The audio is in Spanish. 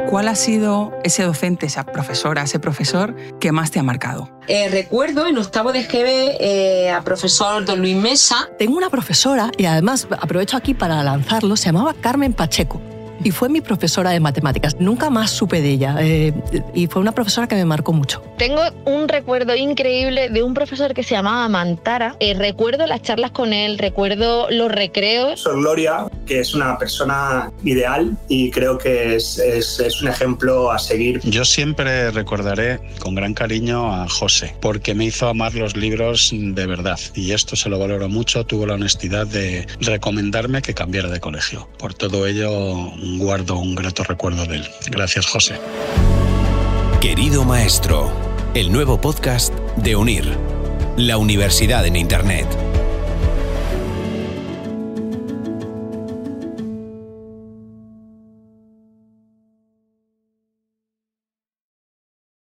¿Cuál ha sido ese docente, esa profesora, ese profesor que más te ha marcado? Recuerdo en octavo de GB a profesor don Luis Mesa. Tengo una profesora, y además aprovecho aquí para lanzarlo, se llamaba Carmen Pacheco. Y fue mi profesora de matemáticas. Nunca más supe de ella. Y fue una profesora que me marcó mucho. Tengo un recuerdo increíble de un profesor que se llamaba Mantara. Recuerdo las charlas con él, recuerdo los recreos. Soy Gloria, que es una persona ideal y creo que es un ejemplo a seguir. Yo siempre recordaré con gran cariño a José, porque me hizo amar los libros de verdad. Y esto se lo valoro mucho. Tuvo la honestidad de recomendarme que cambiara de colegio. Por todo ello, guardo un grato recuerdo de él. Gracias, José. Querido Maestro, el nuevo podcast de UNIR, la universidad en Internet.